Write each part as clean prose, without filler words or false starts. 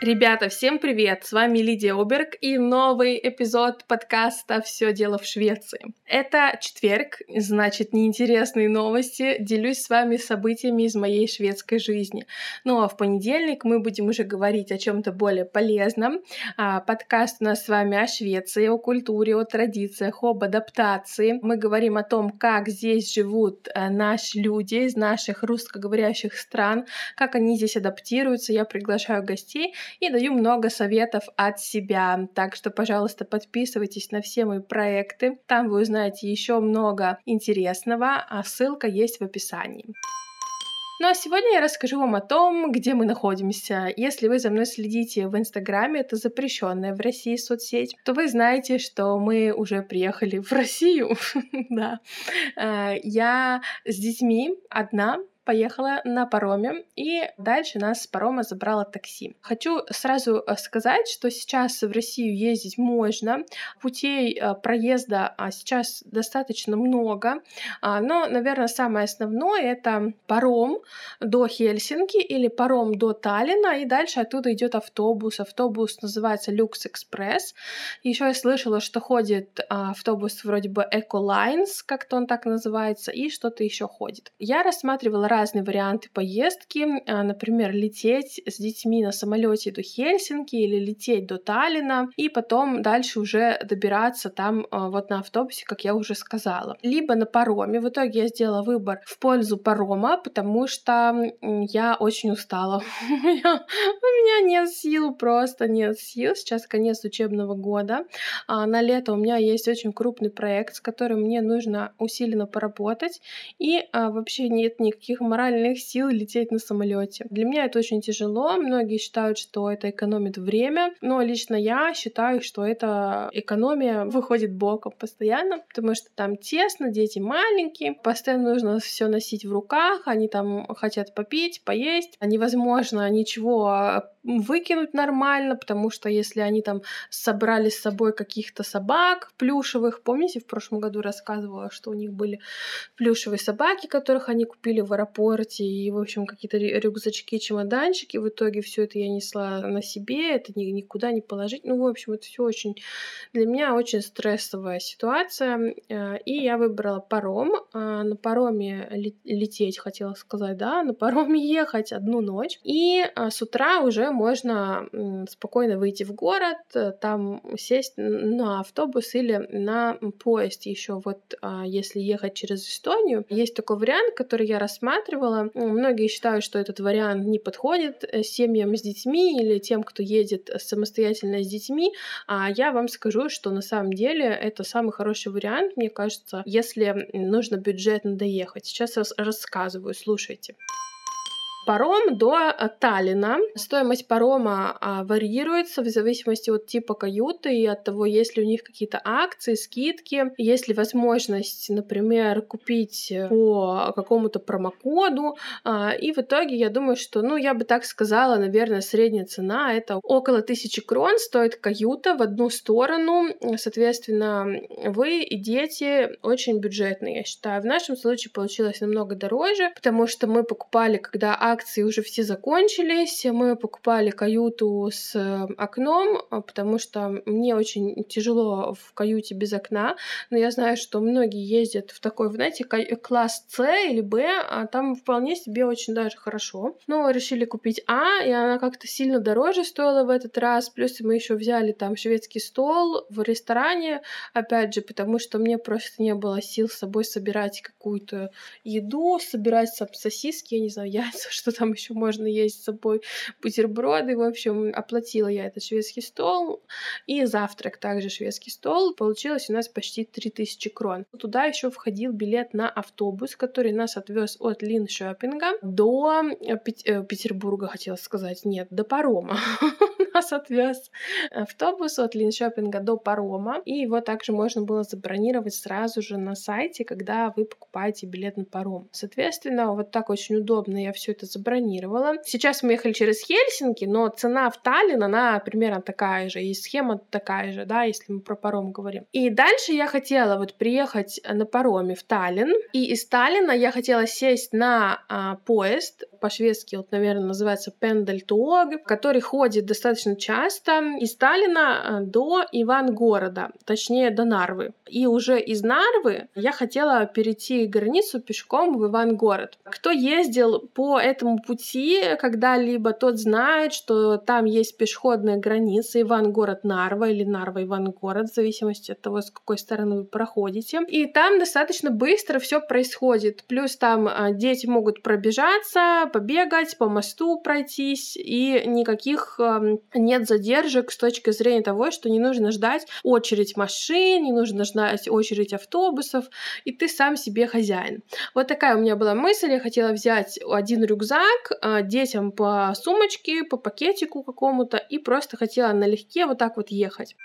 Ребята, всем привет! С вами Лидия Оберг и новый эпизод подкаста «Всё дело в Швеции». Это четверг, значит, неинтересные новости. Делюсь с вами событиями из моей шведской жизни. Ну а в понедельник мы будем уже говорить о чем-то более полезном. Подкаст у нас с вами о Швеции, о культуре, о традициях, об адаптации. Мы говорим о том, как здесь живут наши люди из наших русскоговорящих стран, как они здесь адаптируются. Я приглашаю гостей и даю много советов от себя. Так что, пожалуйста, подписывайтесь на все мои проекты. Там вы узнаете еще много интересного, а ссылка есть в описании. Ну а сегодня я расскажу вам о том, где мы находимся. Если вы за мной следите в Инстаграме, это запрещенная в России соцсеть, то вы знаете, что мы уже приехали в Россию. Да. Я с детьми одна поехала на пароме, и дальше нас с парома забрало такси. Хочу сразу сказать, что сейчас в Россию ездить можно, путей проезда сейчас достаточно много, но, наверное, самое основное — это паром до Хельсинки или паром до Таллина, и дальше оттуда идет автобус. Автобус называется Люкс Экспресс. Еще я слышала, что ходит автобус вроде бы Эколайнс, как-то он так называется, и что-то еще ходит. Я рассматривала разные варианты поездки, например, лететь с детьми на самолете до Хельсинки или лететь до Таллина и потом дальше уже добираться там вот на автобусе, как я уже сказала. Либо на пароме. В итоге я сделала выбор в пользу парома, потому что я очень устала. У меня нет сил, просто нет сил. Сейчас конец учебного года. На лето у меня есть очень крупный проект, с которым мне нужно усиленно поработать, и вообще нет никаких моральных сил лететь на самолете. Для меня это очень тяжело. Многие считают, что это экономит время, но лично я считаю, что эта экономия выходит боком постоянно, потому что там тесно, дети маленькие, постоянно нужно все носить в руках, они там хотят попить, поесть, невозможно ничего выкинуть нормально, потому что если они там собрали с собой каких-то собак плюшевых, помните, в прошлом году рассказывала, что у них были плюшевые собаки, которых они купили в аэропорте, и, в общем, какие-то рюкзачки, чемоданчики, в итоге все это я несла на себе, это никуда не положить, ну, в общем, это все очень, для меня очень стрессовая ситуация, и я выбрала паром, на пароме лететь, хотела сказать, да, на пароме ехать одну ночь, и с утра уже можно спокойно выйти в город, там сесть на автобус или на поезд еще. Вот если ехать через Эстонию, есть такой вариант, который я рассматривала. Многие считают, что этот вариант не подходит семьям с детьми или тем, кто едет самостоятельно с детьми. А я вам скажу, что на самом деле это самый хороший вариант, мне кажется, если нужно бюджетно доехать. Сейчас рассказываю, слушайте. Паром до Таллина. Стоимость парома варьируется в зависимости от типа каюты и от того, есть ли у них какие-то акции, скидки, есть ли возможность, например, купить по какому-то промокоду. И в итоге я думаю, что, я бы так сказала, наверное, средняя цена — это около 1000 крон стоит каюта в одну сторону. Соответственно, вы и дети очень бюджетные, я считаю. В нашем случае получилось намного дороже, потому что мы покупали, когда акции уже все закончились, мы покупали каюту с окном, потому что мне очень тяжело в каюте без окна, но я знаю, что многие ездят в такой, знаете, класс С или Б, а там вполне себе очень даже хорошо. Но решили купить А, и она как-то сильно дороже стоила в этот раз, плюс мы еще взяли там шведский стол в ресторане, опять же, потому что мне просто не было сил с собой собирать какую-то еду, собирать сосиски, я не знаю, яйца, что там еще можно есть с собой, бутерброды. В общем, оплатила я этот шведский стол и завтрак также шведский стол. Получилось у нас почти 3000 крон. Туда еще входил билет на автобус, который нас отвез от Линköpinga до Петербурга, хотела сказать. Нет, до парома. Нас отвез автобус от Линköpinga до парома. И его также можно было забронировать сразу же на сайте, когда вы покупаете билет на паром. Соответственно, вот так очень удобно я все это забронировала. Сейчас мы ехали через Хельсинки, но цена в Таллин, она примерно такая же, и схема такая же, да, если мы про паром говорим. И дальше я хотела вот приехать на пароме в Таллин, и из Таллина я хотела сесть на поезд по-шведски, вот, наверное, называется Пендельтуог, который ходит достаточно часто из Таллина до Ивангорода, точнее до Нарвы. И уже из Нарвы я хотела перейти границу пешком в Ивангород. Кто ездил по этому пути когда-либо, тот знает, что там есть пешеходная граница Ивангород-Нарва или Нарва-Ивангород, в зависимости от того, с какой стороны вы проходите. И там достаточно быстро все происходит. Плюс там дети могут пробежаться, побегать, по мосту пройтись, и никаких нет задержек с точки зрения того, что не нужно ждать очередь машин, не нужно ждать очередь автобусов, и ты сам себе хозяин. Вот такая у меня была мысль. Я хотела взять один рюкзак, детям по сумочке, по пакетику какому-то, и просто хотела налегке вот так вот ехать.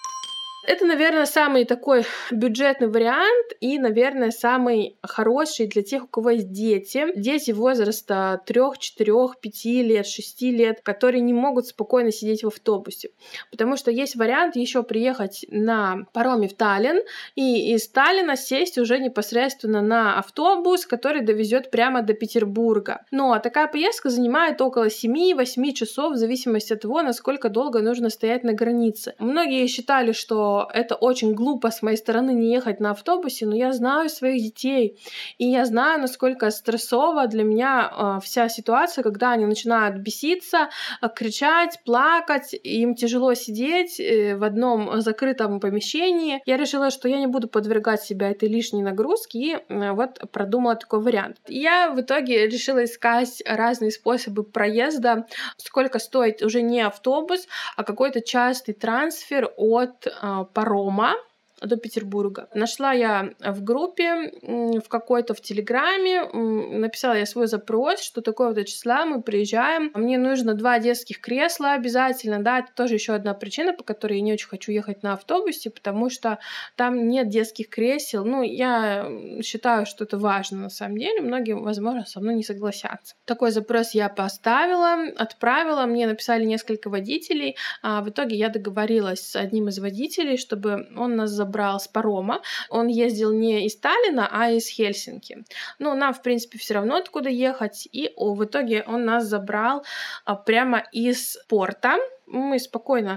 Это, наверное, самый такой бюджетный вариант и, наверное, самый хороший для тех, у кого есть дети. Дети возраста 3, 4, 5 лет, 6 лет, которые не могут спокойно сидеть в автобусе. Потому что есть вариант еще приехать на пароме в Таллин и из Таллина сесть уже непосредственно на автобус, который довезет прямо до Петербурга. Но такая поездка занимает около 7-8 часов в зависимости от того, насколько долго нужно стоять на границе. Многие считали, что это очень глупо с моей стороны не ехать на автобусе, но я знаю своих детей, и я знаю, насколько стрессова для меня вся ситуация, когда они начинают беситься, кричать, плакать, им тяжело сидеть в одном закрытом помещении. Я решила, что я не буду подвергать себя этой лишней нагрузке, и вот продумала такой вариант. Я в итоге решила искать разные способы проезда, сколько стоит уже не автобус, а какой-то частый трансфер от парома до Петербурга. Нашла я в группе, в какой-то в Телеграме, написала я свой запрос, что такого-то числа мы приезжаем. Мне нужно 2 детских кресла обязательно, да, это тоже еще одна причина, по которой я не очень хочу ехать на автобусе, потому что там нет детских кресел. Ну, я считаю, что это важно на самом деле, многие, возможно, со мной не согласятся. Такой запрос я поставила, отправила, мне написали несколько водителей, а в итоге я договорилась с одним из водителей, чтобы он нас забрал с парома. Он ездил не из Таллина, а из Хельсинки. Ну, нам, в принципе, все равно откуда ехать. И в итоге он нас забрал прямо из порта. Мы спокойно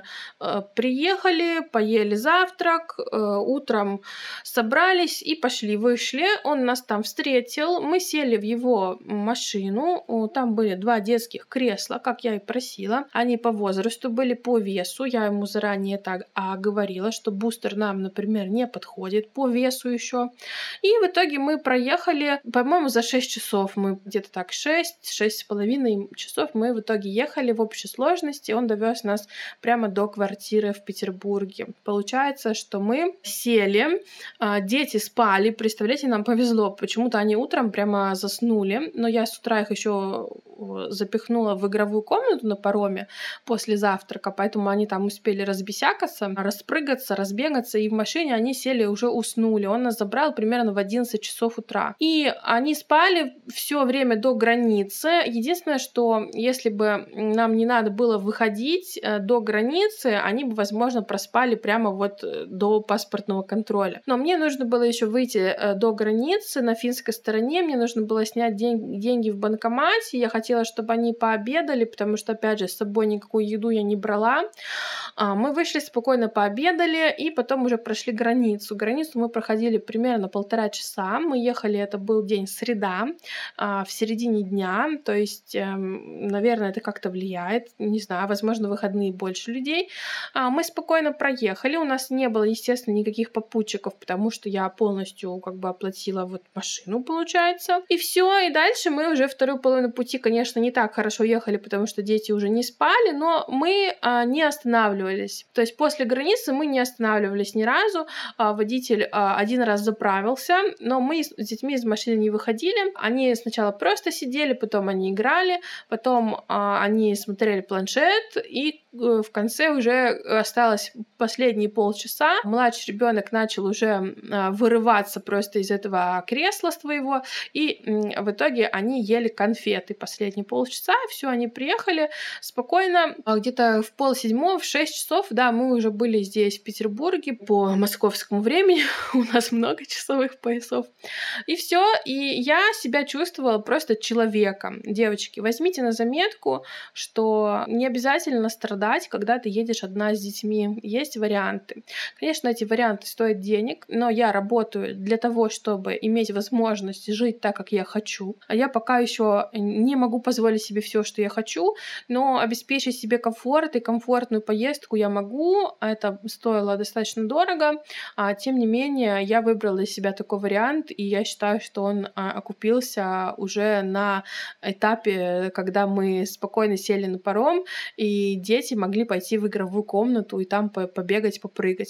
приехали, поели завтрак, утром собрались и пошли, вышли. Он нас там встретил, мы сели в его машину, там были 2 детских кресла, как я и просила. Они по возрасту были, по весу. Я ему заранее так говорила, что бустер нам, например, не подходит по весу еще. И в итоге мы проехали, по-моему, за 6 часов. Мы где-то так 6-6,5 часов мы в итоге ехали в общей сложности. Он довез нас прямо до квартиры в Петербурге. Получается, что мы сели, дети спали, представляете, нам повезло, почему-то они утром прямо заснули, но я с утра их еще запихнула в игровую комнату на пароме после завтрака, поэтому они там успели разбесякаться, распрыгаться, разбегаться, и в машине они сели, уже уснули. Он нас забрал примерно в 11 часов утра. И они спали все время до границы. Единственное, что если бы нам не надо было выходить до границы, они бы, возможно, проспали прямо вот до паспортного контроля. Но мне нужно было еще выйти до границы на финской стороне, мне нужно было снять деньги в банкомате, я хотела, чтобы они пообедали, потому что, опять же, с собой никакую еду я не брала. Мы вышли, спокойно пообедали, и потом уже прошли границу. Границу мы проходили примерно 1,5 часа. Мы ехали, это был день среда, в середине дня, то есть, наверное, это как-то влияет, не знаю, возможно, выходные больше людей. Мы спокойно проехали, у нас не было, естественно, никаких попутчиков, потому что я полностью как бы оплатила вот машину, получается. И все, и дальше мы уже вторую половину пути, конечно, не так хорошо ехали, потому что дети уже не спали, но мы не останавливались. То есть после границы мы не останавливались ни разу. Водитель один раз заправился, но мы с детьми из машины не выходили. Они сначала просто сидели, потом они играли, потом они смотрели планшет, и в конце уже осталось последние полчаса. Младший ребенок начал уже вырываться просто из этого кресла своего, и в итоге они ели конфеты последние полчаса. Все, они приехали спокойно. Где-то в 6:30, в 6 часов, да, мы уже были здесь, в Петербурге, по московскому времени. У нас много часовых поясов. И все, и я себя чувствовала просто человеком. Девочки, возьмите на заметку, что не обязательно страдать, когда ты едешь одна с детьми. Есть варианты. Конечно, эти варианты стоят денег, но я работаю для того, чтобы иметь возможность жить так, как я хочу. А я пока еще не могу позволить себе все, что я хочу, но обеспечить себе комфорт и комфортную поездку я могу. Это стоило достаточно дорого. Тем не менее, я выбрала для себя такой вариант, и я считаю, что он окупился уже на этапе, когда мы спокойно сели на паром, и дети могли пойти в игровую комнату и там побегать, попрыгать.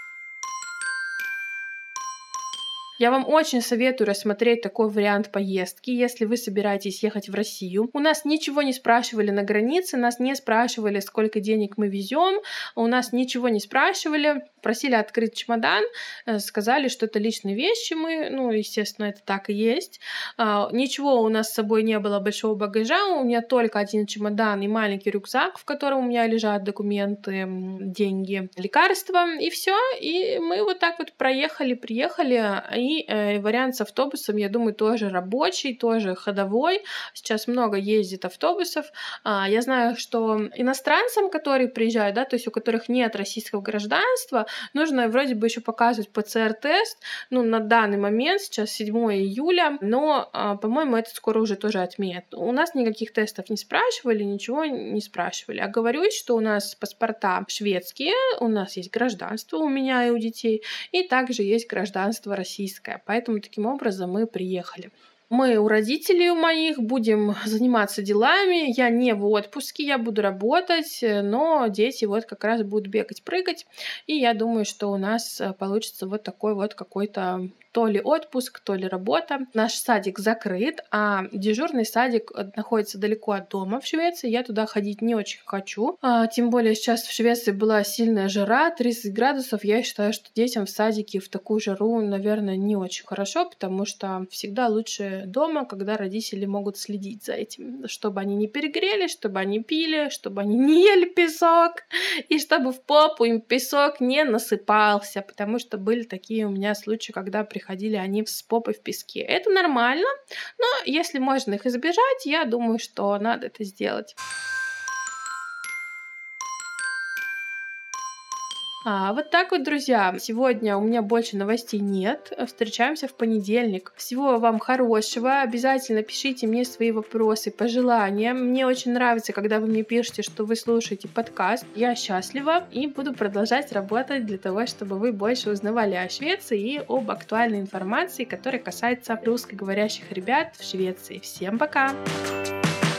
Я вам очень советую рассмотреть такой вариант поездки, если вы собираетесь ехать в Россию. У нас ничего не спрашивали на границе, нас не спрашивали, сколько денег мы везем, у нас ничего не спрашивали, просили открыть чемодан, сказали, что это личные вещи мы, естественно, это так и есть. Ничего у нас с собой не было большого багажа, у меня только один чемодан и маленький рюкзак, в котором у меня лежат документы, деньги, лекарства, и все. И мы вот так вот приехали, и вариант с автобусом, я думаю, тоже рабочий, тоже ходовой. Сейчас много ездит автобусов. Я знаю, что иностранцам, которые приезжают, да, то есть у которых нет российского гражданства, нужно вроде бы еще показывать ПЦР-тест. На данный момент, сейчас 7 июля, но, по-моему, это скоро уже тоже отменят. У нас никаких тестов не спрашивали, ничего не спрашивали. Оговорюсь, что у нас паспорта шведские, у нас есть гражданство у меня и у детей, и также есть гражданство российское. Поэтому таким образом мы приехали. Мы у родителей у моих будем заниматься делами. Я не в отпуске, я буду работать, но дети вот как раз будут бегать, прыгать. И я думаю, что у нас получится вот такой вот какой-то то ли отпуск, то ли работа. Наш садик закрыт, а дежурный садик находится далеко от дома в Швеции. Я туда ходить не очень хочу. Тем более сейчас в Швеции была сильная жара, 30 градусов. Я считаю, что детям в садике в такую жару, наверное, не очень хорошо, потому что всегда лучше дома, когда родители могут следить за этим, чтобы они не перегрели, чтобы они пили, чтобы они не ели песок, и чтобы в попу им песок не насыпался, потому что были такие у меня случаи, когда приходили они с попой в песке. Это нормально, но если можно их избежать, я думаю, что надо это сделать. Вот так вот, друзья. Сегодня у меня больше новостей нет. Встречаемся в понедельник. Всего вам хорошего. Обязательно пишите мне свои вопросы, пожелания. Мне очень нравится, когда вы мне пишете, что вы слушаете подкаст. Я счастлива и буду продолжать работать для того, чтобы вы больше узнавали о Швеции и об актуальной информации, которая касается русскоговорящих ребят в Швеции. Всем пока!